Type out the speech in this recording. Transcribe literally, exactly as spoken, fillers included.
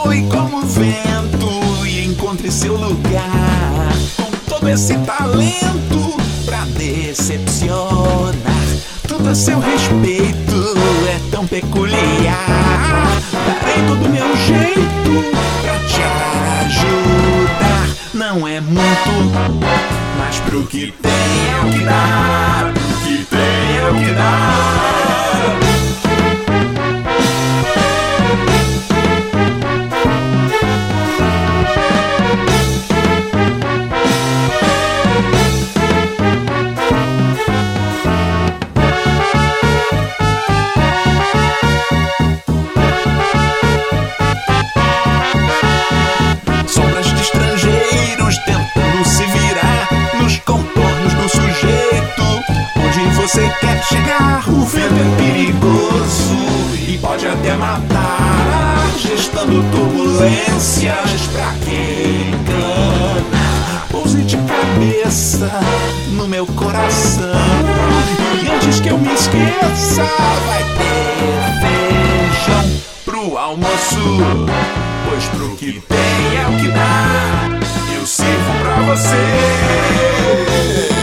Voe como o vento e encontre seu lugar, com todo esse talento pra decepcionar. Tudo a seu respeito é tão peculiar. Darei todo o meu jeito pra te ajudar. Não é muito, mas pro que tem é o que dá. Pro que tem é o que dá. Você quer chegar, o vento é perigoso e pode até matar, gestando turbulências pra quem engana. Pouse de cabeça no meu coração e antes que eu me esqueça, vai ter feijão pro almoço, pois pro que tem é o que dá. Eu sirvo pra você.